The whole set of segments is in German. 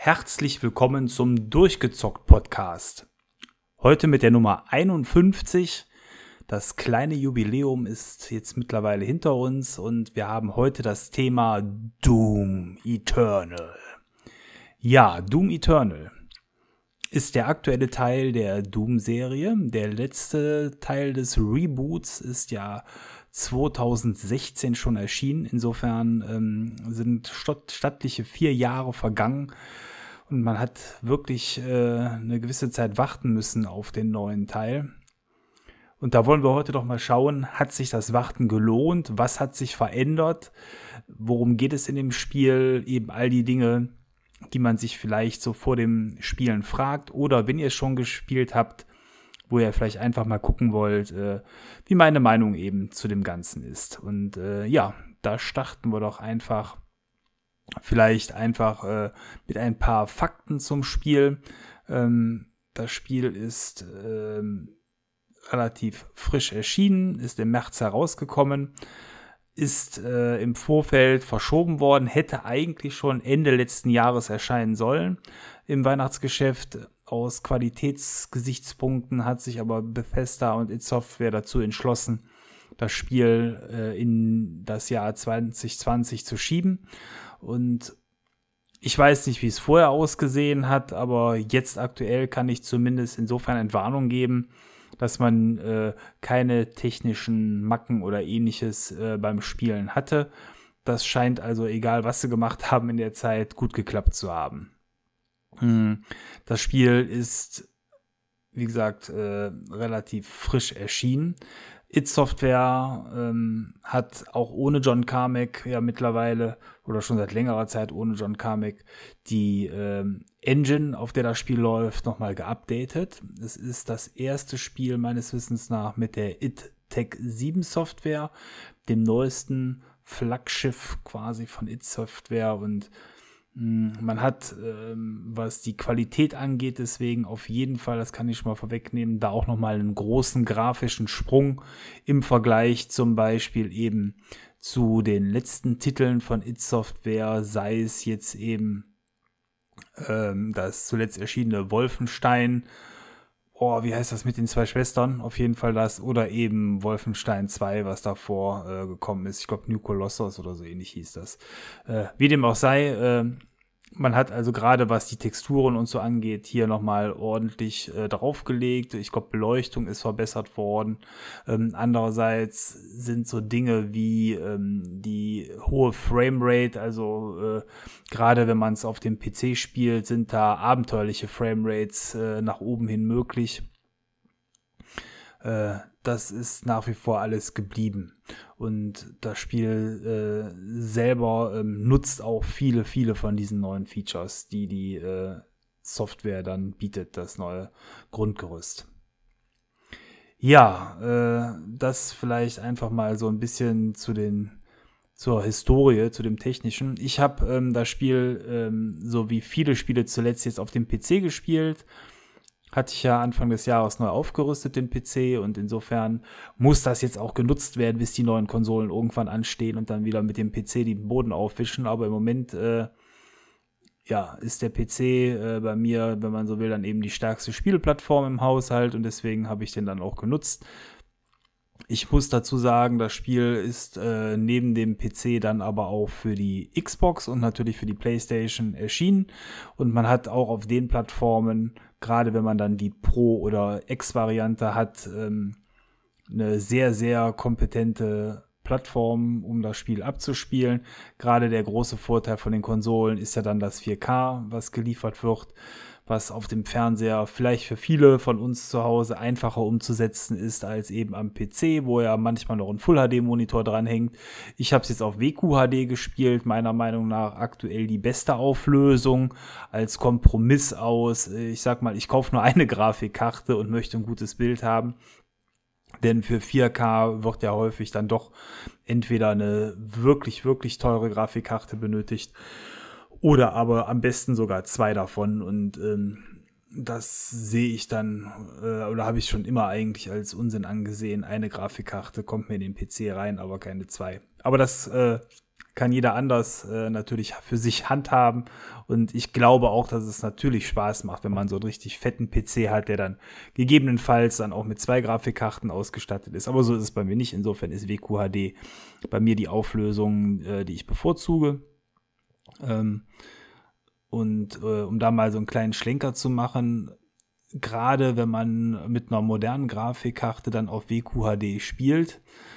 Herzlich willkommen zum Durchgezockt-Podcast. Heute mit der Nummer 51. Das kleine Jubiläum ist jetzt mittlerweile hinter uns und wir haben heute das Thema Doom Eternal. Ja, Doom Eternal ist der aktuelle Teil der Doom-Serie. Der letzte Teil des Reboots ist ja 2016 schon erschienen. Insofern sind stattliche 4 Jahre vergangen. Und man hat wirklich eine gewisse Zeit warten müssen auf den neuen Teil. Und da wollen wir heute doch mal schauen, hat sich das Warten gelohnt? Was hat sich verändert? Worum geht es in dem Spiel? Eben all die Dinge, die man sich vielleicht so vor dem Spielen fragt. Oder wenn ihr es schon gespielt habt, wo ihr vielleicht einfach mal gucken wollt, wie meine Meinung eben zu dem Ganzen ist. Und ja, da starten wir doch einfach. Vielleicht einfach mit ein paar Fakten zum Spiel. Das Spiel ist relativ frisch erschienen, ist im März herausgekommen, ist im Vorfeld verschoben worden, hätte eigentlich schon Ende letzten Jahres erscheinen sollen im Weihnachtsgeschäft. Aus Qualitätsgesichtspunkten hat sich aber Bethesda und id Software dazu entschlossen, das Spiel in das Jahr 2020 zu schieben. Und ich weiß nicht, wie es vorher ausgesehen hat, aber jetzt aktuell kann ich zumindest insofern Entwarnung geben, dass man keine technischen Macken oder ähnliches beim Spielen hatte. Das scheint also, egal was sie gemacht haben in der Zeit, gut geklappt zu haben. Das Spiel ist, wie gesagt, relativ frisch erschienen. id Software hat auch ohne John Carmack ja mittlerweile oder schon seit längerer Zeit ohne John Carmack die Engine, auf der das Spiel läuft, nochmal geupdatet. Es ist das erste Spiel meines Wissens nach mit der id Tech 7 Software, dem neuesten Flaggschiff quasi von id Software, und man hat, was die Qualität angeht, deswegen auf jeden Fall, das kann ich schon mal vorwegnehmen, da auch nochmal einen großen grafischen Sprung im Vergleich zum Beispiel eben zu den letzten Titeln von id Software, sei es jetzt eben das zuletzt erschienene Wolfenstein, wie heißt das mit den 2 Schwestern? Auf jeden Fall das, oder eben Wolfenstein 2, was davor gekommen ist. Ich glaube, New Colossus oder so ähnlich hieß das. Wie dem auch sei, man hat also gerade, was die Texturen und so angeht, hier nochmal ordentlich draufgelegt. Ich glaube, Beleuchtung ist verbessert worden. Andererseits sind so Dinge wie die hohe Framerate, also gerade wenn man es auf dem PC spielt, sind da abenteuerliche Framerates nach oben hin möglich. Das ist nach wie vor alles geblieben. Und das Spiel selber nutzt auch viele, viele von diesen neuen Features, die Software dann bietet, das neue Grundgerüst. Ja, das vielleicht einfach mal so ein bisschen zur Historie, zu dem Technischen. Ich habe das Spiel, so wie viele Spiele zuletzt jetzt auf dem PC gespielt. Hatte ich ja Anfang des Jahres neu aufgerüstet, den PC, und insofern muss das jetzt auch genutzt werden, bis die neuen Konsolen irgendwann anstehen und dann wieder mit dem PC den Boden aufwischen. Aber im Moment ist der PC bei mir, wenn man so will, dann eben die stärkste Spielplattform im Haushalt, und deswegen habe ich den dann auch genutzt. Ich muss dazu sagen, das Spiel ist neben dem PC dann aber auch für die Xbox und natürlich für die PlayStation erschienen, und man hat auch auf den Plattformen, gerade wenn man dann die Pro- oder X-Variante hat, eine sehr, sehr kompetente Plattform, um das Spiel abzuspielen. Gerade der große Vorteil von den Konsolen ist ja dann das 4K, was geliefert wird, was auf dem Fernseher vielleicht für viele von uns zu Hause einfacher umzusetzen ist als eben am PC, wo ja manchmal noch ein Full-HD-Monitor dranhängt. Ich habe es jetzt auf WQHD gespielt, meiner Meinung nach aktuell die beste Auflösung als Kompromiss aus. Ich sag mal, ich kaufe nur eine Grafikkarte und möchte ein gutes Bild haben. Denn für 4K wird ja häufig dann doch entweder eine wirklich, wirklich teure Grafikkarte benötigt oder aber am besten sogar 2 davon. Und das sehe ich dann, oder habe ich schon immer eigentlich als Unsinn angesehen. Eine Grafikkarte kommt mir in den PC rein, aber keine 2. Aber das kann jeder anders natürlich für sich handhaben. Und ich glaube auch, dass es natürlich Spaß macht, wenn man so einen richtig fetten PC hat, der dann gegebenenfalls dann auch mit 2 Grafikkarten ausgestattet ist. Aber so ist es bei mir nicht. Insofern ist WQHD bei mir die Auflösung, die ich bevorzuge. Um da mal so einen kleinen Schlenker zu machen, gerade wenn man mit einer modernen Grafikkarte dann auf WQHD spielt,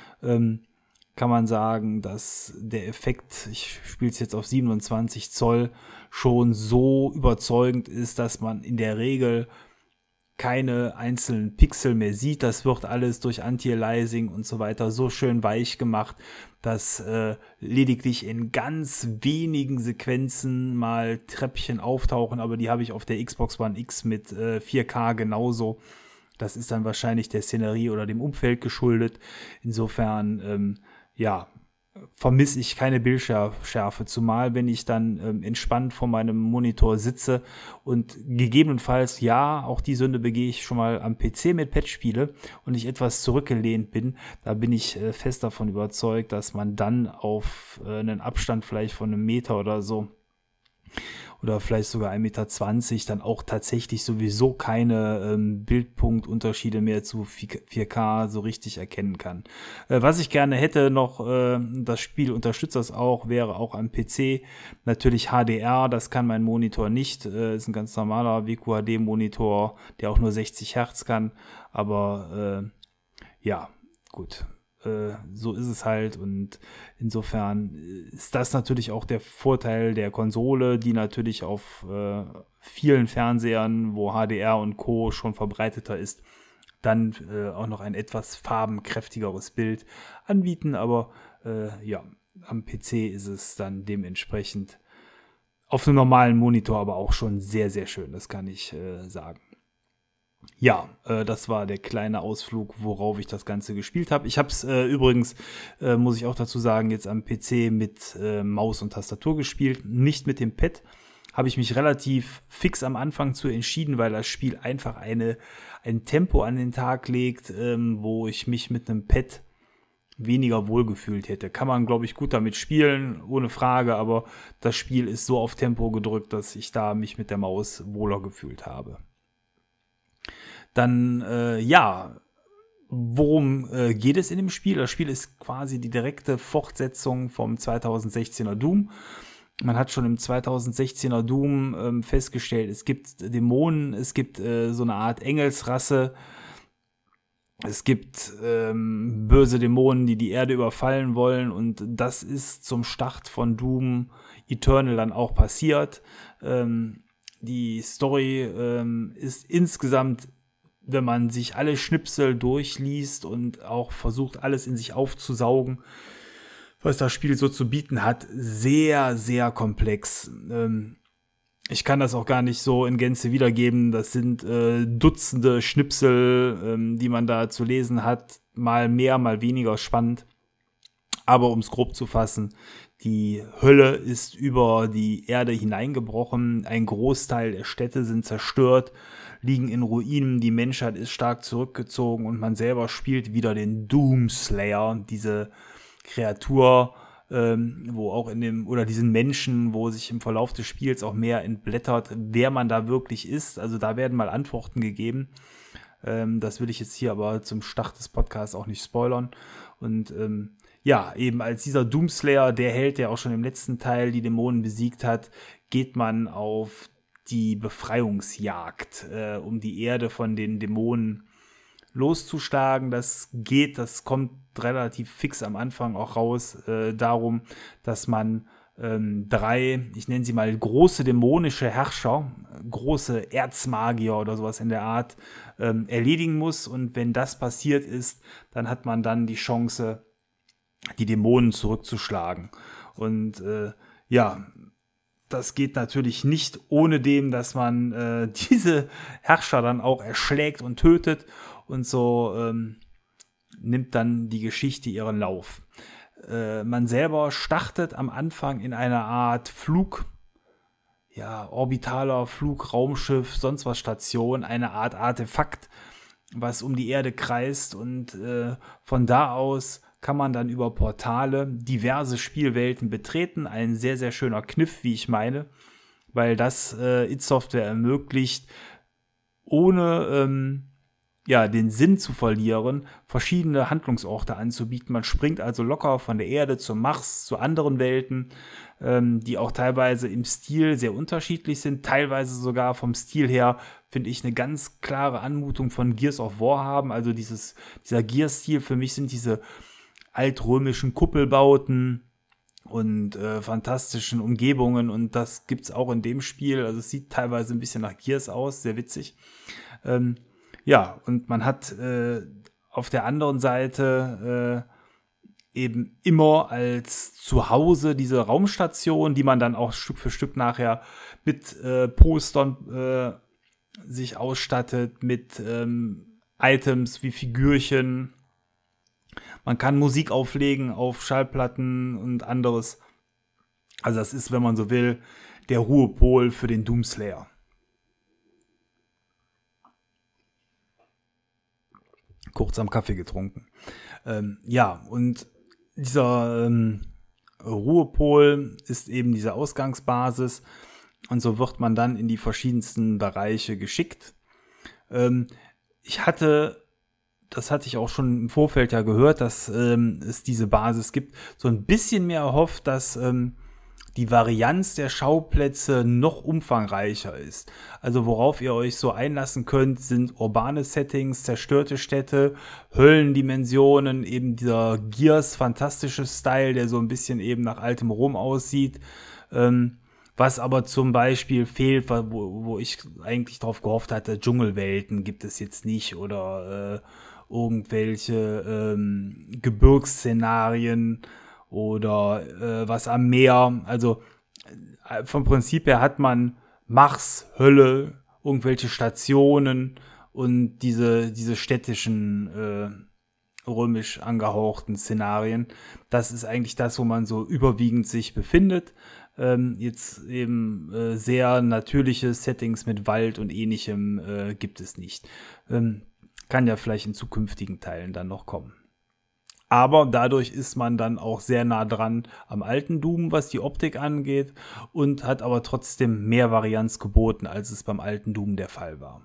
kann man sagen, dass der Effekt, ich spiele es jetzt auf 27 Zoll, schon so überzeugend ist, dass man in der Regel keine einzelnen Pixel mehr sieht. Das wird alles durch Anti-Aliasing und so weiter so schön weich gemacht, dass lediglich in ganz wenigen Sequenzen mal Treppchen auftauchen, aber die habe ich auf der Xbox One X mit 4K genauso. Das ist dann wahrscheinlich der Szenerie oder dem Umfeld geschuldet. Insofern, vermisse ich keine Bildschärfe, zumal wenn ich dann entspannt vor meinem Monitor sitze und gegebenenfalls, ja, auch die Sünde begehe ich schon mal am PC mit Pad spiele und ich etwas zurückgelehnt bin, da bin ich fest davon überzeugt, dass man dann auf einen Abstand vielleicht von 1 Meter oder so oder vielleicht sogar 1,20 Meter dann auch tatsächlich sowieso keine Bildpunktunterschiede mehr zu 4K so richtig erkennen kann. Was ich gerne hätte noch, das Spiel unterstützt das auch, wäre auch am PC natürlich HDR, das kann mein Monitor nicht, ist ein ganz normaler WQHD-Monitor, der auch nur 60 Hertz kann, aber gut. So ist es halt und insofern ist das natürlich auch der Vorteil der Konsole, die natürlich auf vielen Fernsehern, wo HDR und Co. schon verbreiteter ist, dann auch noch ein etwas farbenkräftigeres Bild anbieten, aber am PC ist es dann dementsprechend auf einem normalen Monitor aber auch schon sehr, sehr schön, das kann ich sagen. Ja, das war der kleine Ausflug, worauf ich das Ganze gespielt habe. Ich habe es übrigens, muss ich auch dazu sagen, jetzt am PC mit Maus und Tastatur gespielt, nicht mit dem Pad. Habe ich mich relativ fix am Anfang zu entschieden, weil das Spiel einfach ein Tempo an den Tag legt, wo ich mich mit einem Pad weniger wohlgefühlt hätte. Kann man, glaube ich, gut damit spielen, ohne Frage, aber das Spiel ist so auf Tempo gedrückt, dass ich da mich mit der Maus wohler gefühlt habe. Dann, worum geht es in dem Spiel? Das Spiel ist quasi die direkte Fortsetzung vom 2016er Doom. Man hat schon im 2016er Doom festgestellt, es gibt Dämonen, es gibt so eine Art Engelsrasse, es gibt böse Dämonen, die Erde überfallen wollen und das ist zum Start von Doom Eternal dann auch passiert. Die Story ist insgesamt, wenn man sich alle Schnipsel durchliest und auch versucht, alles in sich aufzusaugen, was das Spiel so zu bieten hat, sehr, sehr komplex. Ich kann das auch gar nicht so in Gänze wiedergeben. Das sind Dutzende Schnipsel, die man da zu lesen hat. Mal mehr, mal weniger spannend. Aber um es grob zu fassen, die Hölle ist über die Erde hineingebrochen. Ein Großteil der Städte sind zerstört, liegen in Ruinen. Die Menschheit ist stark zurückgezogen und man selber spielt wieder den Doomslayer, diese Kreatur, wo auch diesen Menschen, wo sich im Verlauf des Spiels auch mehr entblättert, wer man da wirklich ist. Also da werden mal Antworten gegeben. Das will ich jetzt hier aber zum Start des Podcasts auch nicht spoilern. Und eben als dieser Doomslayer, der Held, der auch schon im letzten Teil die Dämonen besiegt hat, geht man auf die Befreiungsjagd, um die Erde von den Dämonen loszuschlagen. Das kommt relativ fix am Anfang auch raus, darum, dass man 3, ich nenne sie mal große dämonische Herrscher, große Erzmagier oder sowas in der Art, erledigen muss. Und wenn das passiert ist, dann hat man dann die Chance, die Dämonen zurückzuschlagen. Und das geht natürlich nicht ohne dem, dass man diese Herrscher dann auch erschlägt und tötet. Und so nimmt dann die Geschichte ihren Lauf. Man selber startet am Anfang in einer Art orbitaler Flugraumschiff, sonst was Station, eine Art Artefakt, was um die Erde kreist und von da aus kann man dann über Portale diverse Spielwelten betreten. Ein sehr, sehr schöner Kniff, wie ich meine, weil das id Software ermöglicht, ohne den Sinn zu verlieren, verschiedene Handlungsorte anzubieten. Man springt also locker von der Erde zum Mars, zu anderen Welten, die auch teilweise im Stil sehr unterschiedlich sind, teilweise sogar vom Stil her, finde ich, eine ganz klare Anmutung von Gears of War haben. Also dieser Gears-Stil für mich sind diese altrömischen Kuppelbauten und fantastischen Umgebungen, und das gibt's auch in dem Spiel. Also es sieht teilweise ein bisschen nach Gears aus, sehr witzig. Und man hat auf der anderen Seite eben immer als Zuhause diese Raumstation, die man dann auch Stück für Stück nachher mit Postern sich ausstattet, mit Items wie Figürchen. Man kann Musik auflegen auf Schallplatten und anderes. Also das ist, wenn man so will, der Ruhepol für den Doomslayer. Kurz am Kaffee getrunken. Und dieser Ruhepol ist eben diese Ausgangsbasis, und so wird man dann in die verschiedensten Bereiche geschickt. Das hatte ich auch schon im Vorfeld ja gehört, dass es diese Basis gibt, so ein bisschen mehr erhofft, dass die Varianz der Schauplätze noch umfangreicher ist. Also worauf ihr euch so einlassen könnt, sind urbane Settings, zerstörte Städte, Höllendimensionen, eben dieser Gears fantastische Style, der so ein bisschen eben nach altem Rom aussieht. Was aber zum Beispiel fehlt, wo ich eigentlich drauf gehofft hatte, Dschungelwelten gibt es jetzt nicht, oder irgendwelche Gebirgsszenarien oder was am Meer. Also vom Prinzip her hat man Mars, Hölle, irgendwelche Stationen und diese städtischen römisch angehauchten Szenarien. Das ist eigentlich das, wo man so überwiegend sich befindet. Jetzt eben sehr natürliche Settings mit Wald und ähnlichem gibt es nicht. Kann ja vielleicht in zukünftigen Teilen dann noch kommen. Aber dadurch ist man dann auch sehr nah dran am alten Doom, was die Optik angeht, und hat aber trotzdem mehr Varianz geboten, als es beim alten Doom der Fall war.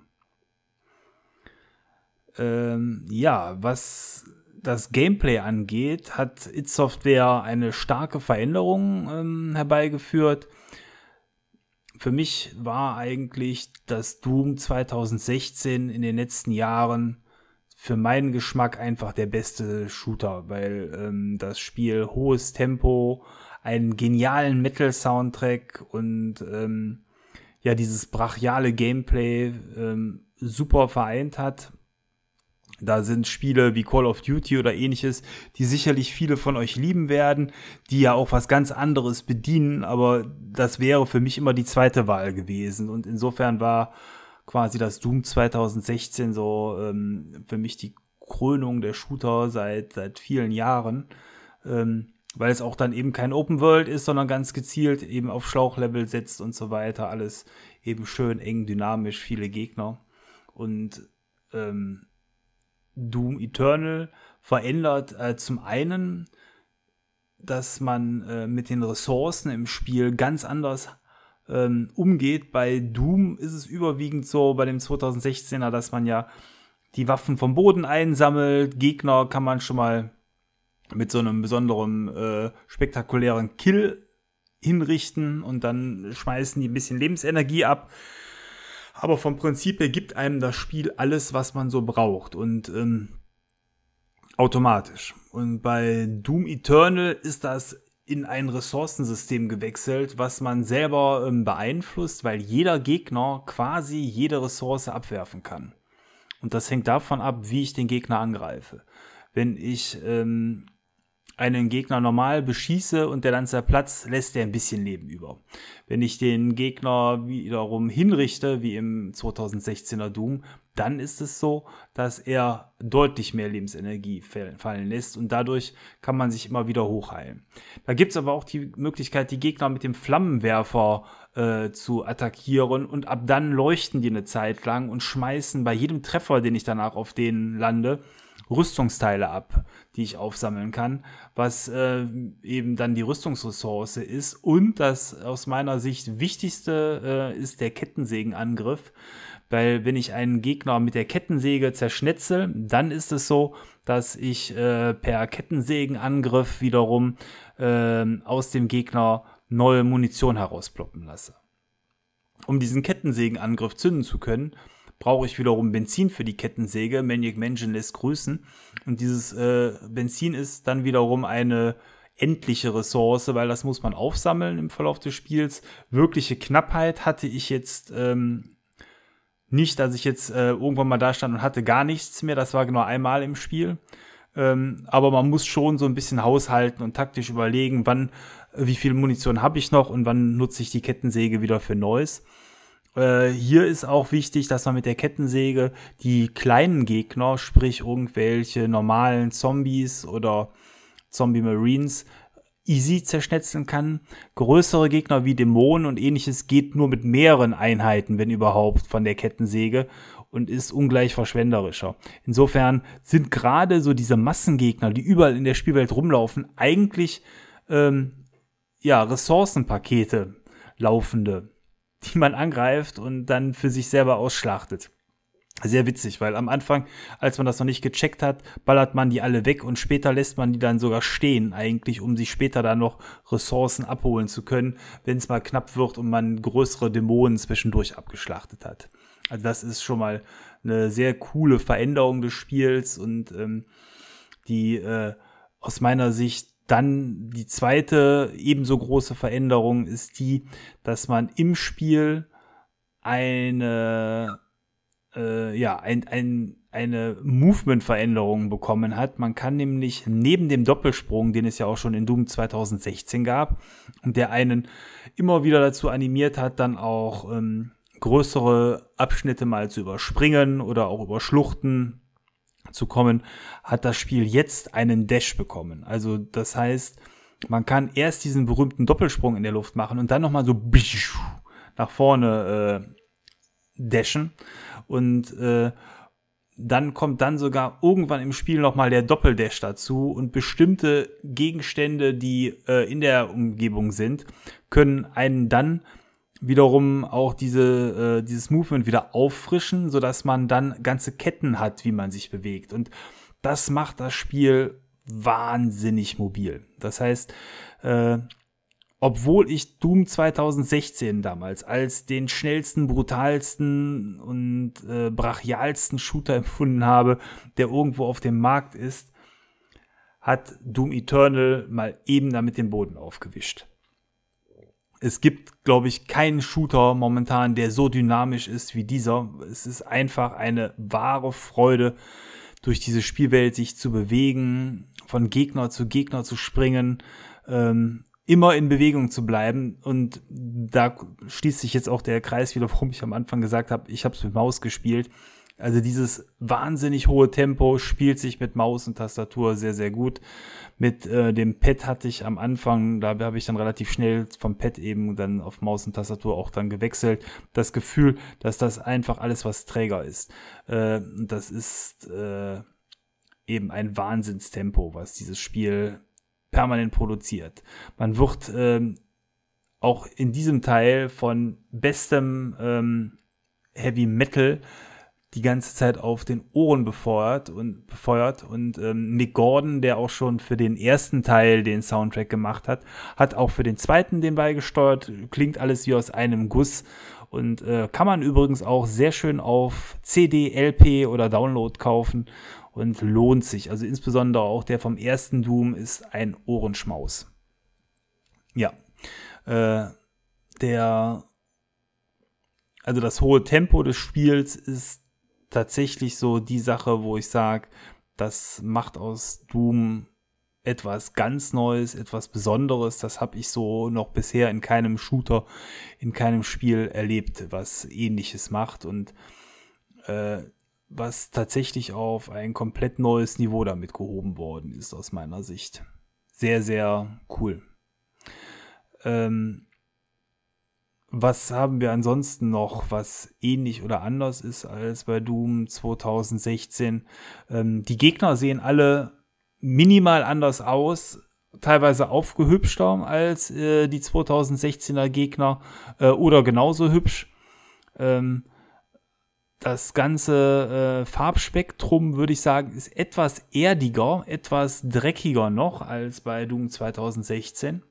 Was das Gameplay angeht, hat id Software eine starke Veränderung herbeigeführt. Für mich war eigentlich das Doom 2016 in den letzten Jahren für meinen Geschmack einfach der beste Shooter, weil das Spiel hohes Tempo, einen genialen Metal-Soundtrack und dieses brachiale Gameplay super vereint hat. Da sind Spiele wie Call of Duty oder ähnliches, die sicherlich viele von euch lieben werden, die ja auch was ganz anderes bedienen, aber das wäre für mich immer die zweite Wahl gewesen. Und insofern war quasi das Doom 2016 so für mich die Krönung der Shooter seit vielen Jahren, weil es auch dann eben kein Open World ist, sondern ganz gezielt eben auf Schlauchlevel setzt und so weiter. Alles eben schön eng, dynamisch, viele Gegner. Und Doom Eternal verändert zum einen, dass man mit den Ressourcen im Spiel ganz anders umgeht. Bei Doom ist es überwiegend so, bei dem 2016er, dass man ja die Waffen vom Boden einsammelt. Gegner kann man schon mal mit so einem besonderen spektakulären Kill hinrichten und dann schmeißen die ein bisschen Lebensenergie ab. Aber vom Prinzip her gibt einem das Spiel alles, was man so braucht, und automatisch. Und bei Doom Eternal ist das in ein Ressourcensystem gewechselt, was man selber beeinflusst, weil jeder Gegner quasi jede Ressource abwerfen kann. Und das hängt davon ab, wie ich den Gegner angreife. Wenn ich einen Gegner normal beschieße und der dann zerplatzt, lässt er ein bisschen Leben über. Wenn ich den Gegner wiederum hinrichte, wie im 2016er Doom, dann ist es so, dass er deutlich mehr Lebensenergie fallen lässt, und dadurch kann man sich immer wieder hochheilen. Da gibt es aber auch die Möglichkeit, die Gegner mit dem Flammenwerfer zu attackieren, und ab dann leuchten die eine Zeit lang und schmeißen bei jedem Treffer, den ich danach auf denen lande, Rüstungsteile ab, die ich aufsammeln kann, was eben dann die Rüstungsressource ist. Und das aus meiner Sicht Wichtigste ist der Kettensägenangriff. Weil wenn ich einen Gegner mit der Kettensäge zerschnetzel, dann ist es so, dass ich per Kettensägenangriff wiederum aus dem Gegner neue Munition herausploppen lasse. Um diesen Kettensägenangriff zünden zu können, brauche ich wiederum Benzin für die Kettensäge. Maniac Mansion lässt grüßen. Und dieses Benzin ist dann wiederum eine endliche Ressource, weil das muss man aufsammeln im Verlauf des Spiels. Wirkliche Knappheit hatte ich jetzt nicht, dass ich jetzt irgendwann mal da stand und hatte gar nichts mehr. Das war genau einmal im Spiel. Aber man muss schon so ein bisschen haushalten und taktisch überlegen, wie viel Munition habe ich noch und wann nutze ich die Kettensäge wieder für Neues. Hier ist auch wichtig, dass man mit der Kettensäge die kleinen Gegner, sprich irgendwelche normalen Zombies oder Zombie-Marines, easy zerschnetzeln kann. Größere Gegner wie Dämonen und ähnliches geht nur mit mehreren Einheiten, wenn überhaupt, von der Kettensäge und ist ungleich verschwenderischer. Insofern sind gerade so diese Massengegner, die überall in der Spielwelt rumlaufen, eigentlich Ressourcenpakete laufende, die man angreift und dann für sich selber ausschlachtet. Sehr witzig, weil am Anfang, als man das noch nicht gecheckt hat, ballert man die alle weg und später lässt man die dann sogar stehen, eigentlich, um sich später dann noch Ressourcen abholen zu können, wenn es mal knapp wird und man größere Dämonen zwischendurch abgeschlachtet hat. Also das ist schon mal eine sehr coole Veränderung des Spiels und die aus meiner Sicht dann die zweite ebenso große Veränderung ist die, dass man im Spiel eine Movement-Veränderung bekommen hat. Man kann nämlich neben dem Doppelsprung, den es ja auch schon in Doom 2016 gab und der einen immer wieder dazu animiert hat, dann auch größere Abschnitte mal zu überspringen oder auch über Schluchten zu kommen, hat das Spiel jetzt einen Dash bekommen. Also das heißt, man kann erst diesen berühmten Doppelsprung in der Luft machen und dann nochmal so nach vorne dashen und dann kommt dann sogar irgendwann im Spiel nochmal der Doppeldash dazu und bestimmte Gegenstände, die in der Umgebung sind, können einen dann wiederum auch dieses Movement wieder auffrischen, sodass man dann ganze Ketten hat, wie man sich bewegt. Und das macht das Spiel wahnsinnig mobil. Das heißt, obwohl ich Doom 2016 damals als den schnellsten, brutalsten und brachialsten Shooter empfunden habe, der irgendwo auf dem Markt ist, hat Doom Eternal mal eben damit den Boden aufgewischt. Es gibt, glaube ich, keinen Shooter momentan, der so dynamisch ist wie dieser. Es ist einfach eine wahre Freude, durch diese Spielwelt sich zu bewegen, von Gegner zu springen, immer in Bewegung zu bleiben. Und da schließt sich jetzt auch der Kreis wieder, warum ich am Anfang gesagt habe, ich habe es mit Maus gespielt. Also dieses wahnsinnig hohe Tempo spielt sich mit Maus und Tastatur sehr, sehr gut. Mit dem Pad hatte ich am Anfang, da habe ich dann relativ schnell vom Pad eben dann auf Maus und Tastatur auch dann gewechselt. Das Gefühl, dass das einfach alles, was träger ist. Das ist eben ein Wahnsinnstempo, was dieses Spiel permanent produziert. Man wird auch in diesem Teil von bestem Heavy Metal die ganze Zeit auf den Ohren befeuert und Mick Gordon, der auch schon für den ersten Teil den Soundtrack gemacht hat, hat auch für den zweiten den beigesteuert. Klingt alles wie aus einem Guss und kann man übrigens auch sehr schön auf CD, LP oder Download kaufen und lohnt sich. Also insbesondere auch der vom ersten Doom ist ein Ohrenschmaus. Ja, also das hohe Tempo des Spiels ist tatsächlich so die Sache, wo ich sage, das macht aus Doom etwas ganz Neues, etwas Besonderes. Das habe ich so noch bisher in keinem Shooter, in keinem Spiel erlebt, was Ähnliches macht und was tatsächlich auf ein komplett neues Niveau damit gehoben worden ist, aus meiner Sicht. Sehr, sehr cool. Was haben wir ansonsten noch, was ähnlich oder anders ist als bei Doom 2016? Die Gegner sehen alle minimal anders aus, teilweise aufgehübschter als die 2016er Gegner oder genauso hübsch. Das ganze Farbspektrum, würde ich sagen, ist etwas erdiger, etwas dreckiger noch als bei Doom 2016.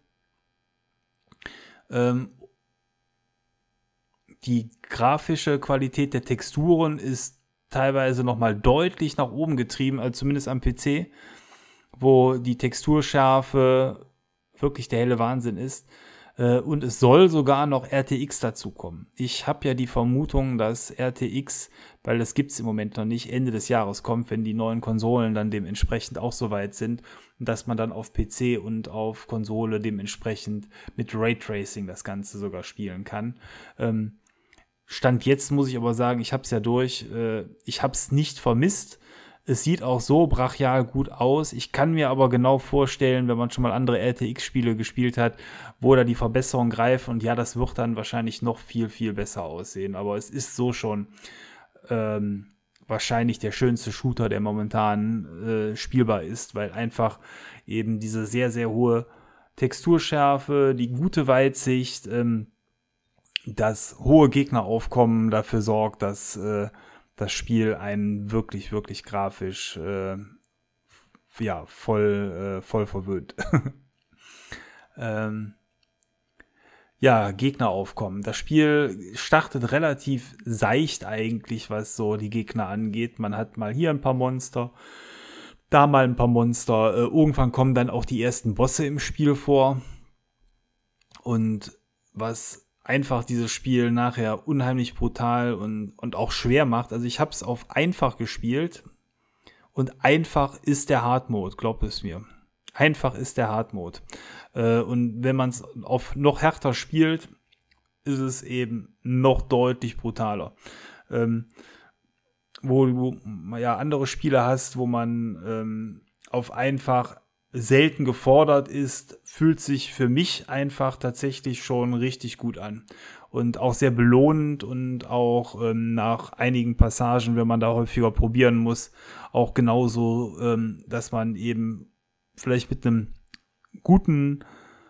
Die grafische Qualität der Texturen ist teilweise nochmal deutlich nach oben getrieben, also zumindest am PC, wo die Texturschärfe wirklich der helle Wahnsinn ist. Und es soll sogar noch RTX dazukommen. Ich habe ja die Vermutung, dass RTX, weil das gibt es im Moment noch nicht, Ende des Jahres kommt, wenn die neuen Konsolen dann dementsprechend auch soweit sind, und dass man dann auf PC und auf Konsole dementsprechend mit Raytracing das Ganze sogar spielen kann. Stand jetzt muss ich aber sagen, ich habe es ja durch. Ich habe es nicht vermisst. Es sieht auch so brachial gut aus. Ich kann mir aber genau vorstellen, wenn man schon mal andere RTX-Spiele gespielt hat, wo da die Verbesserung greift. Und ja, das wird dann wahrscheinlich noch viel, viel besser aussehen. Aber es ist so schon wahrscheinlich der schönste Shooter, der momentan spielbar ist, weil einfach eben diese sehr, sehr hohe Texturschärfe, die gute Weitsicht, das hohe Gegneraufkommen dafür sorgt, dass das Spiel einen wirklich, wirklich grafisch voll verwöhnt. Gegneraufkommen. Das Spiel startet relativ seicht eigentlich, was so die Gegner angeht. Man hat mal hier ein paar Monster, da mal ein paar Monster. Irgendwann kommen dann auch die ersten Bosse im Spiel vor. Und was einfach dieses Spiel nachher unheimlich brutal und auch schwer macht. Also ich habe es auf einfach gespielt und einfach ist der Hard Mode, glaubt es mir. Einfach ist der Hard Mode. Und wenn man es auf noch härter spielt, ist es eben noch deutlich brutaler. Wo du ja andere Spiele hast, wo man auf einfach selten gefordert ist, fühlt sich für mich einfach tatsächlich schon richtig gut an. Und auch sehr belohnend und auch nach einigen Passagen, wenn man da häufiger probieren muss, auch genauso, dass man eben vielleicht mit einem guten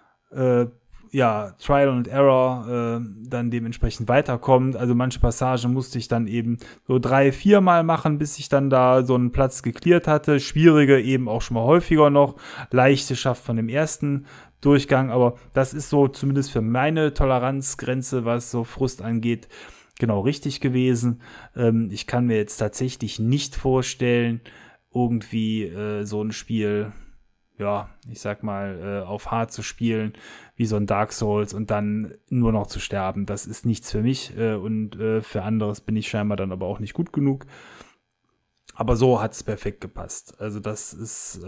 Trial and Error dann dementsprechend weiterkommt. Also manche Passagen musste ich dann eben so 3-4 Mal machen, bis ich dann da so einen Platz geklärt hatte. Schwierige eben auch schon mal häufiger noch. Leichte schafft von dem ersten Durchgang, aber das ist so zumindest für meine Toleranzgrenze, was so Frust angeht, genau richtig gewesen. Ich kann mir jetzt tatsächlich nicht vorstellen, irgendwie so ein Spiel, ja, ich sag mal, auf hart zu spielen, wie so ein Dark Souls und dann nur noch zu sterben. Das ist nichts für mich und für anderes bin ich scheinbar dann aber auch nicht gut genug. Aber so hat es perfekt gepasst. Also das ist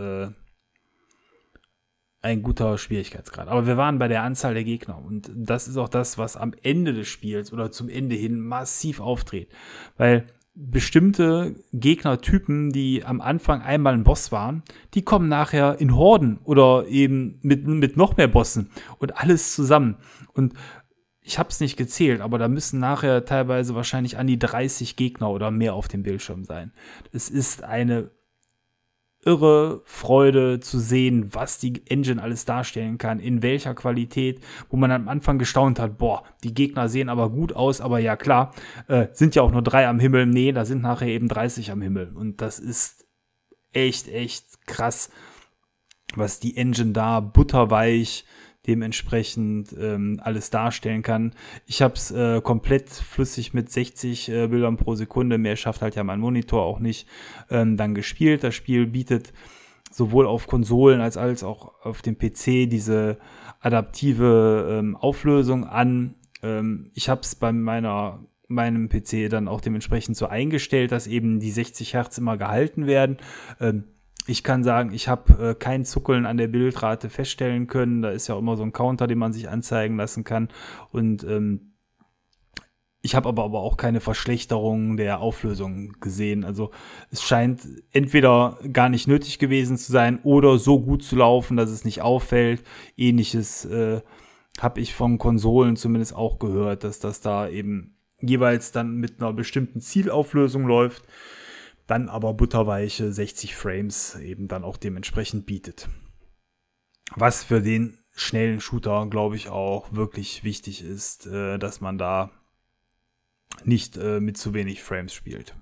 ein guter Schwierigkeitsgrad. Aber wir waren bei der Anzahl der Gegner und das ist auch das, was am Ende des Spiels oder zum Ende hin massiv auftritt. Weil bestimmte Gegnertypen, die am Anfang einmal ein Boss waren, die kommen nachher in Horden oder eben mit noch mehr Bossen und alles zusammen. Und ich habe es nicht gezählt, aber da müssen nachher teilweise wahrscheinlich an die 30 Gegner oder mehr auf dem Bildschirm sein. Es ist eine irre Freude zu sehen, was die Engine alles darstellen kann, in welcher Qualität, wo man am Anfang gestaunt hat, boah, die Gegner sehen aber gut aus, aber ja klar, sind ja auch nur 3 am Himmel, nee, da sind nachher eben 30 am Himmel und das ist echt, echt krass, was die Engine da butterweich dementsprechend alles darstellen kann. Ich habe es komplett flüssig mit 60 Bildern pro Sekunde, mehr schafft halt ja mein Monitor auch nicht, dann gespielt. Das Spiel bietet sowohl auf Konsolen als auch auf dem PC diese adaptive Auflösung an. Ich habe es bei meinem PC dann auch dementsprechend so eingestellt, dass eben die 60 Hertz immer gehalten werden. Ich kann sagen, ich habe kein Zuckeln an der Bildrate feststellen können. Da ist ja auch immer so ein Counter, den man sich anzeigen lassen kann. Und ich habe aber auch keine Verschlechterung der Auflösung gesehen. Also es scheint entweder gar nicht nötig gewesen zu sein oder so gut zu laufen, dass es nicht auffällt. Ähnliches habe ich von Konsolen zumindest auch gehört, dass das da eben jeweils dann mit einer bestimmten Zielauflösung läuft, dann aber butterweiche 60 Frames eben dann auch dementsprechend bietet. Was für den schnellen Shooter, glaube ich, auch wirklich wichtig ist, dass man da nicht mit zu wenig Frames spielt.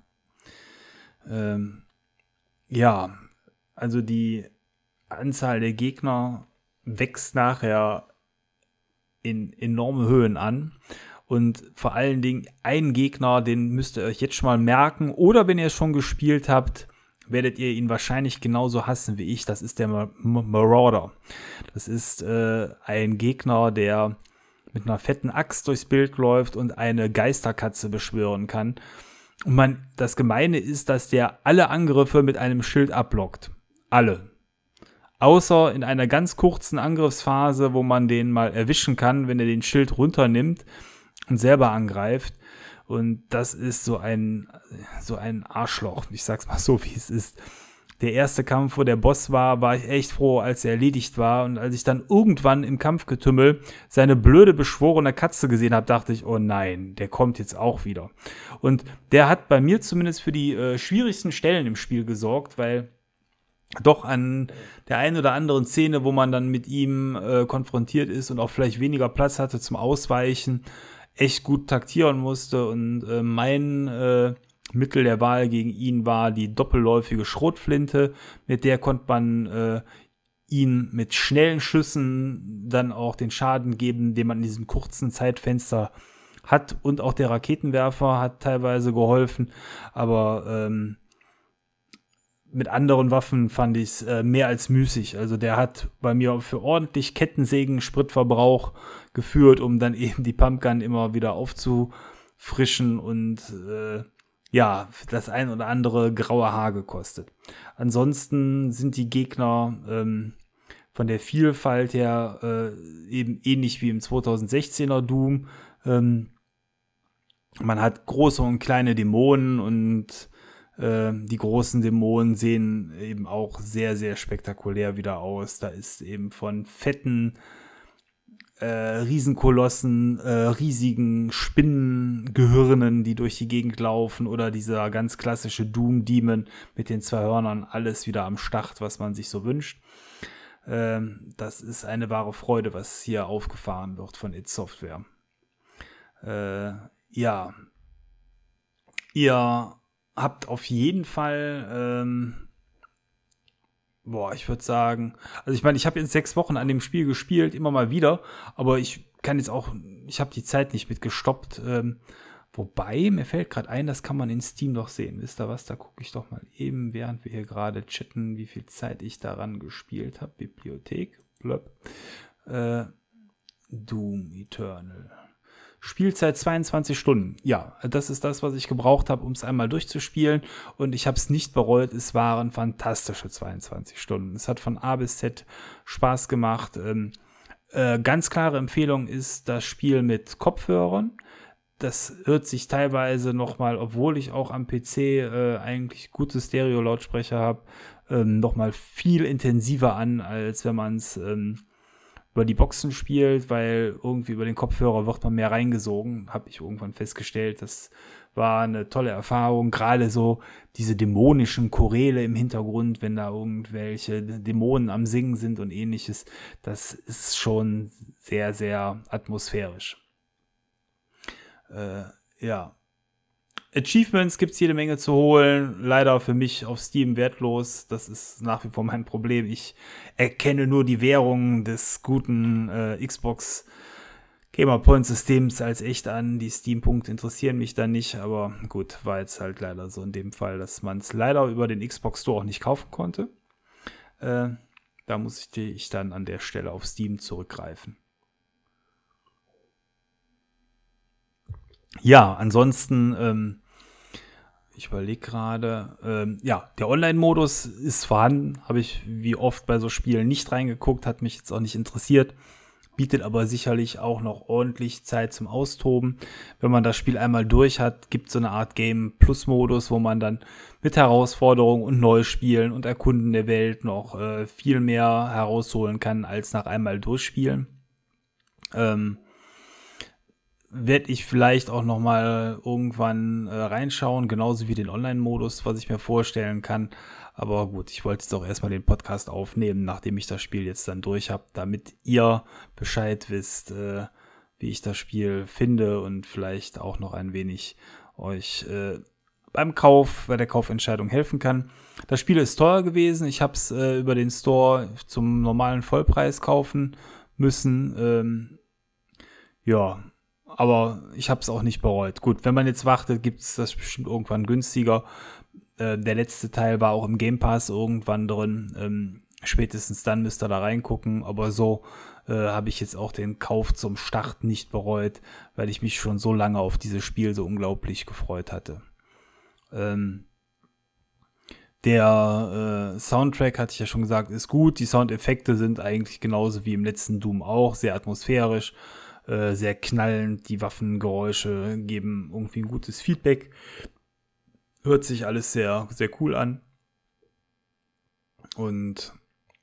Ja, also die Anzahl der Gegner wächst nachher in enorme Höhen an. Und vor allen Dingen einen Gegner, den müsst ihr euch jetzt schon mal merken. Oder wenn ihr es schon gespielt habt, werdet ihr ihn wahrscheinlich genauso hassen wie ich. Das ist der Marauder. Das ist ein Gegner, der mit einer fetten Axt durchs Bild läuft und eine Geisterkatze beschwören kann. Und das Gemeine ist, dass der alle Angriffe mit einem Schild abblockt. Alle. Außer in einer ganz kurzen Angriffsphase, wo man den mal erwischen kann, wenn er den Schild runternimmt und selber angreift. Und das ist so ein Arschloch. Ich sag's mal so, wie es ist. Der erste Kampf, wo der Boss war ich echt froh, als er erledigt war. Und als ich dann irgendwann im Kampfgetümmel seine blöde, beschworene Katze gesehen habe, dachte ich, oh nein, der kommt jetzt auch wieder. Und der hat bei mir zumindest für die schwierigsten Stellen im Spiel gesorgt, weil doch an der einen oder anderen Szene, wo man dann mit ihm konfrontiert ist und auch vielleicht weniger Platz hatte zum Ausweichen, echt gut taktieren musste. Und mein Mittel der Wahl gegen ihn war die doppelläufige Schrotflinte. Mit der konnte man ihn mit schnellen Schüssen dann auch den Schaden geben, den man in diesem kurzen Zeitfenster hat. Und auch der Raketenwerfer hat teilweise geholfen. Aber mit anderen Waffen fand ich es mehr als müßig. Also der hat bei mir für ordentlich Kettensägen-Spritverbrauch geführt, um dann eben die Pumpgun immer wieder aufzufrischen und das ein oder andere graue Haar gekostet. Ansonsten sind die Gegner von der Vielfalt her eben ähnlich wie im 2016er Doom. Man hat große und kleine Dämonen und die großen Dämonen sehen eben auch sehr, sehr spektakulär wieder aus. Da ist eben von fetten Riesenkolossen, riesigen Spinnengehirnen, die durch die Gegend laufen, oder dieser ganz klassische Doom-Demon mit den 2 Hörnern, alles wieder am Start, was man sich so wünscht. Das ist eine wahre Freude, was hier aufgefahren wird von id Software. Ihr habt auf jeden Fall, ich würde sagen, also ich meine, ich habe jetzt 6 Wochen an dem Spiel gespielt, immer mal wieder, aber ich habe die Zeit nicht mit gestoppt. Wobei, mir fällt gerade ein, das kann man in Steam doch sehen. Wisst ihr was, da gucke ich doch mal eben, während wir hier gerade chatten, wie viel Zeit ich daran gespielt habe. Bibliothek, blöb. Doom Eternal. Spielzeit 22 Stunden. Ja, das ist das, was ich gebraucht habe, um es einmal durchzuspielen. Und ich habe es nicht bereut. Es waren fantastische 22 Stunden. Es hat von A bis Z Spaß gemacht. Ganz klare Empfehlung ist das Spiel mit Kopfhörern. Das hört sich teilweise nochmal, obwohl ich auch am PC eigentlich gute Stereo-Lautsprecher habe, nochmal viel intensiver an, als wenn man es über die Boxen spielt, weil irgendwie über den Kopfhörer wird man mehr reingesogen, habe ich irgendwann festgestellt. Das war eine tolle Erfahrung, gerade so diese dämonischen Choräle im Hintergrund, wenn da irgendwelche Dämonen am Singen sind und ähnliches, das ist schon sehr, sehr atmosphärisch. Achievements gibt es jede Menge zu holen. Leider für mich auf Steam wertlos. Das ist nach wie vor mein Problem. Ich erkenne nur die Währung des guten Xbox Gamer-Point-Systems als echt an. Die Steam-Punkte interessieren mich dann nicht. Aber gut, war jetzt halt leider so in dem Fall, dass man es leider über den Xbox Store auch nicht kaufen konnte. Da muss ich dann an der Stelle auf Steam zurückgreifen. Ja, ansonsten, ich überlege gerade, der Online-Modus ist vorhanden, habe ich wie oft bei so Spielen nicht reingeguckt, hat mich jetzt auch nicht interessiert, bietet aber sicherlich auch noch ordentlich Zeit zum Austoben. Wenn man das Spiel einmal durch hat, gibt es so eine Art Game-Plus-Modus, wo man dann mit Herausforderungen und Neuspielen und Erkunden der Welt noch viel mehr herausholen kann, als nach einmal Durchspielen. Werde ich vielleicht auch noch mal irgendwann reinschauen, genauso wie den Online-Modus, was ich mir vorstellen kann. Aber gut, ich wollte jetzt auch erstmal den Podcast aufnehmen, nachdem ich das Spiel jetzt dann durch habe, damit ihr Bescheid wisst, wie ich das Spiel finde und vielleicht auch noch ein wenig euch bei der Kaufentscheidung helfen kann. Das Spiel ist teuer gewesen. Ich habe es über den Store zum normalen Vollpreis kaufen müssen. Ja, aber ich habe es auch nicht bereut. Gut, wenn man jetzt wartet, gibt es das bestimmt irgendwann günstiger. Der letzte Teil war auch im Game Pass irgendwann drin. Spätestens dann müsst ihr da reingucken. Aber so habe ich jetzt auch den Kauf zum Start nicht bereut, weil ich mich schon so lange auf dieses Spiel so unglaublich gefreut hatte. Der Soundtrack, hatte ich ja schon gesagt, ist gut. Die Soundeffekte sind eigentlich genauso wie im letzten Doom auch. Sehr atmosphärisch, sehr knallend. Die Waffengeräusche geben irgendwie ein gutes Feedback. Hört sich alles sehr, sehr cool an. Und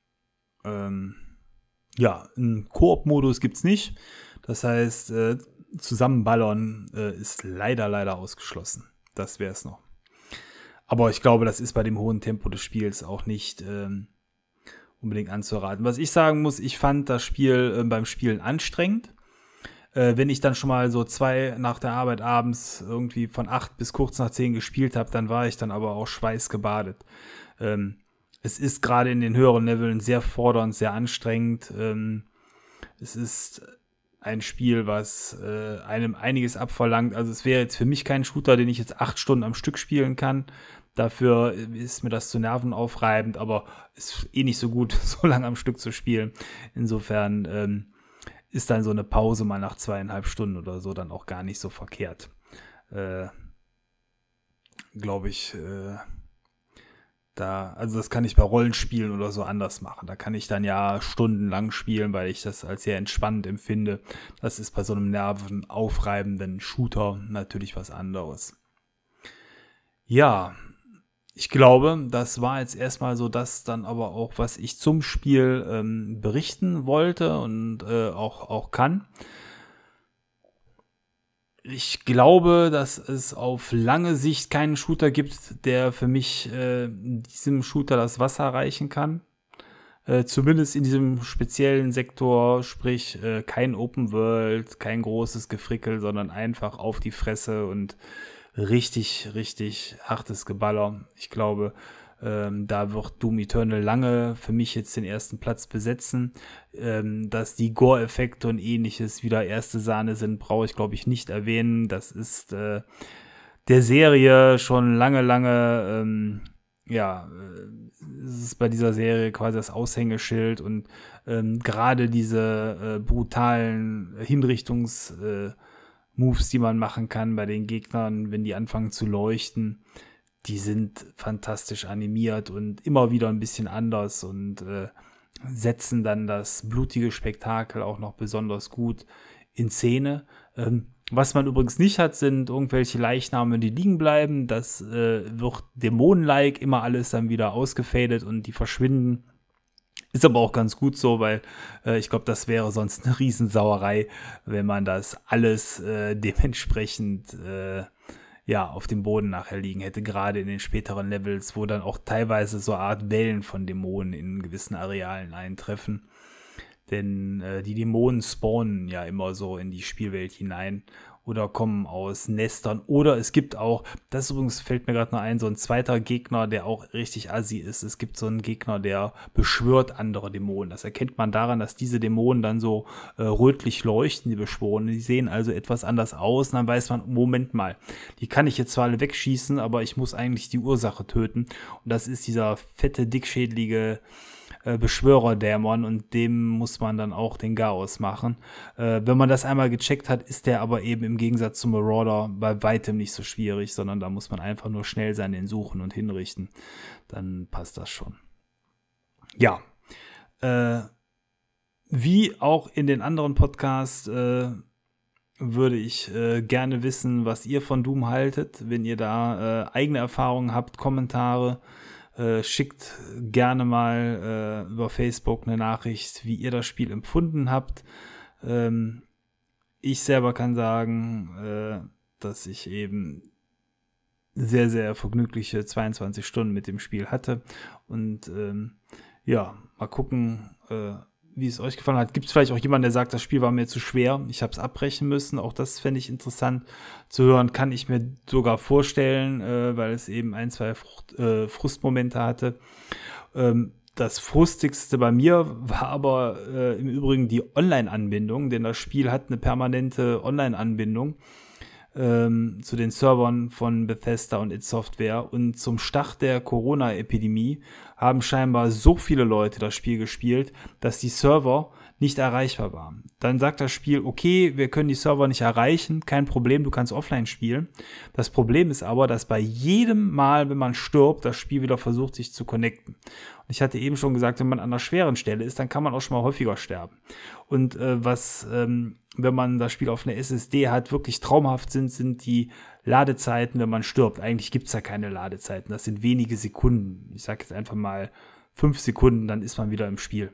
ja, einen Koop-Modus gibt's nicht. Das heißt, zusammenballern ist leider ausgeschlossen. Das wäre es noch. Aber ich glaube, das ist bei dem hohen Tempo des Spiels auch nicht unbedingt anzuraten. Was ich sagen muss, ich fand das Spiel beim Spielen anstrengend. Wenn ich dann schon mal so 2 nach der Arbeit abends irgendwie von 8 bis kurz nach 10 gespielt habe, dann war ich dann aber auch schweißgebadet. Es ist gerade in den höheren Leveln sehr fordernd, sehr anstrengend. Es ist ein Spiel, was einem einiges abverlangt. Also es wäre jetzt für mich kein Shooter, den ich jetzt 8 Stunden am Stück spielen kann. Dafür ist mir das zu nervenaufreibend, aber ist eh nicht so gut, so lange am Stück zu spielen. Insofern ist dann so eine Pause mal nach 2,5 Stunden oder so dann auch gar nicht so verkehrt. Glaube ich, also das kann ich bei Rollenspielen oder so anders machen. Da kann ich dann ja stundenlang spielen, weil ich das als sehr entspannend empfinde. Das ist bei so einem nervenaufreibenden Shooter natürlich was anderes. Ja, ich glaube, das war jetzt erstmal so das dann aber auch, was ich zum Spiel berichten wollte und auch kann. Ich glaube, dass es auf lange Sicht keinen Shooter gibt, der für mich diesem Shooter das Wasser reichen kann. Zumindest in diesem speziellen Sektor, sprich kein Open World, kein großes Gefrickel, sondern einfach auf die Fresse und richtig hartes Geballer. Ich glaube, da wird Doom Eternal lange für mich jetzt den ersten Platz besetzen. Dass die Gore-Effekte und ähnliches wieder erste Sahne sind, brauche ich, glaube ich, nicht erwähnen. Das ist der Serie schon lange, es ist bei dieser Serie quasi das Aushängeschild und gerade diese brutalen Hinrichtungsmoves, die man machen kann bei den Gegnern, wenn die anfangen zu leuchten, die sind fantastisch animiert und immer wieder ein bisschen anders und setzen dann das blutige Spektakel auch noch besonders gut in Szene. Was man übrigens nicht hat, sind irgendwelche Leichname, die liegen bleiben. Das wird dämonenlike immer alles dann wieder ausgefadet und die verschwinden. Ist aber auch ganz gut so, weil ich glaube, das wäre sonst eine Riesensauerei, wenn man das alles dementsprechend auf dem Boden nachher liegen hätte, gerade in den späteren Levels, wo dann auch teilweise so eine Art Wellen von Dämonen in gewissen Arealen eintreffen. Denn die Dämonen spawnen ja immer so in die Spielwelt hinein oder kommen aus Nestern. Oder es gibt auch, das übrigens fällt mir gerade noch ein, so ein zweiter Gegner, der auch richtig assi ist. Es gibt so einen Gegner, der beschwört andere Dämonen. Das erkennt man daran, dass diese Dämonen dann so rötlich leuchten, die Beschworenen. Die sehen also etwas anders aus. Und dann weiß man, Moment mal, die kann ich jetzt zwar alle wegschießen, aber ich muss eigentlich die Ursache töten. Und das ist dieser fette, dickschädlige Beschwörerdämon und dem muss man dann auch den Chaos machen. Wenn man das einmal gecheckt hat, ist der aber eben im Gegensatz zum Marauder bei weitem nicht so schwierig, sondern da muss man einfach nur schnell sein, den suchen und hinrichten. Dann passt das schon. Ja. Wie auch in den anderen Podcasts würde ich gerne wissen, was ihr von Doom haltet. Wenn ihr da eigene Erfahrungen habt, Kommentare, schickt gerne mal über Facebook eine Nachricht, wie ihr das Spiel empfunden habt. Ich selber kann sagen, dass ich eben sehr, sehr vergnügliche 22 Stunden mit dem Spiel hatte. Und mal gucken, wie es euch gefallen hat. Gibt es vielleicht auch jemanden, der sagt, das Spiel war mir zu schwer, ich habe es abbrechen müssen. Auch das fände ich interessant zu hören. Kann ich mir sogar vorstellen, weil es eben 2 Frustmomente hatte. Das Frustigste bei mir war aber im Übrigen die Online-Anbindung, denn das Spiel hat eine permanente Online-Anbindung zu den Servern von Bethesda und id Software. Und zum Start der Corona-Epidemie haben scheinbar so viele Leute das Spiel gespielt, dass die Server nicht erreichbar waren. Dann sagt das Spiel, okay, wir können die Server nicht erreichen, kein Problem, du kannst offline spielen. Das Problem ist aber, dass bei jedem Mal, wenn man stirbt, das Spiel wieder versucht, sich zu connecten. Und ich hatte eben schon gesagt, wenn man an einer schweren Stelle ist, dann kann man auch schon mal häufiger sterben. Und wenn man das Spiel auf einer SSD hat, wirklich traumhaft sind die Ladezeiten, wenn man stirbt. Eigentlich gibt es ja keine Ladezeiten, das sind wenige Sekunden. Ich sage jetzt einfach mal 5 Sekunden, dann ist man wieder im Spiel.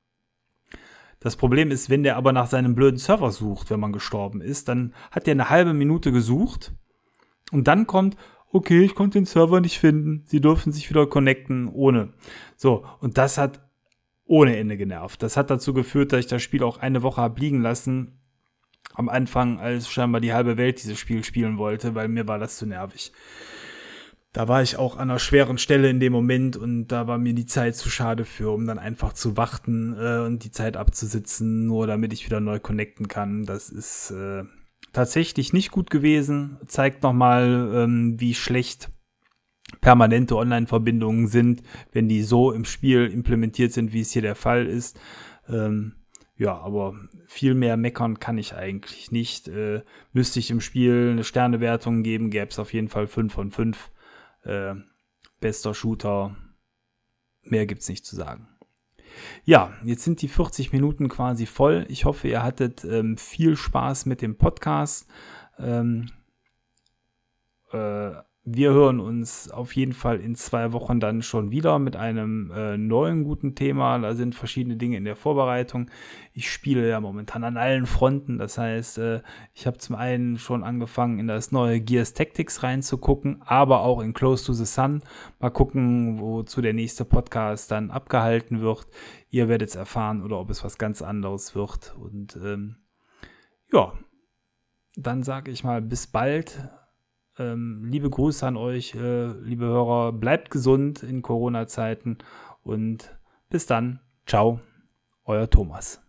Das Problem ist, wenn der aber nach seinem blöden Server sucht, wenn man gestorben ist, dann hat der eine halbe Minute gesucht und dann kommt, okay, ich konnte den Server nicht finden, Sie dürfen sich wieder connecten ohne. So, und das hat ohne Ende genervt. Das hat dazu geführt, dass ich das Spiel auch eine Woche habe liegen lassen, am Anfang, als scheinbar die halbe Welt dieses Spiel spielen wollte, weil mir war das zu nervig. Da war ich auch an einer schweren Stelle in dem Moment und da war mir die Zeit zu schade für, um dann einfach zu warten und die Zeit abzusitzen, nur damit ich wieder neu connecten kann. Das ist tatsächlich nicht gut gewesen. Zeigt nochmal, wie schlecht permanente Online-Verbindungen sind, wenn die so im Spiel implementiert sind, wie es hier der Fall ist. Aber viel mehr meckern kann ich eigentlich nicht. Müsste ich im Spiel eine Sternewertung geben, gäbe es auf jeden Fall 5 von 5. Bester Shooter. Mehr gibt's nicht zu sagen. Ja, jetzt sind die 40 Minuten quasi voll. Ich hoffe, ihr hattet viel Spaß mit dem Podcast. Wir hören uns auf jeden Fall in 2 Wochen dann schon wieder mit einem neuen guten Thema. Da sind verschiedene Dinge in der Vorbereitung. Ich spiele ja momentan an allen Fronten. Das heißt, ich habe zum einen schon angefangen, in das neue Gears Tactics reinzugucken, aber auch in Close to the Sun. Mal gucken, wozu der nächste Podcast dann abgehalten wird. Ihr werdet es erfahren oder ob es was ganz anderes wird. Und dann sage ich mal bis bald. Liebe Grüße an euch, liebe Hörer. Bleibt gesund in Corona-Zeiten und bis dann. Ciao, euer Thomas.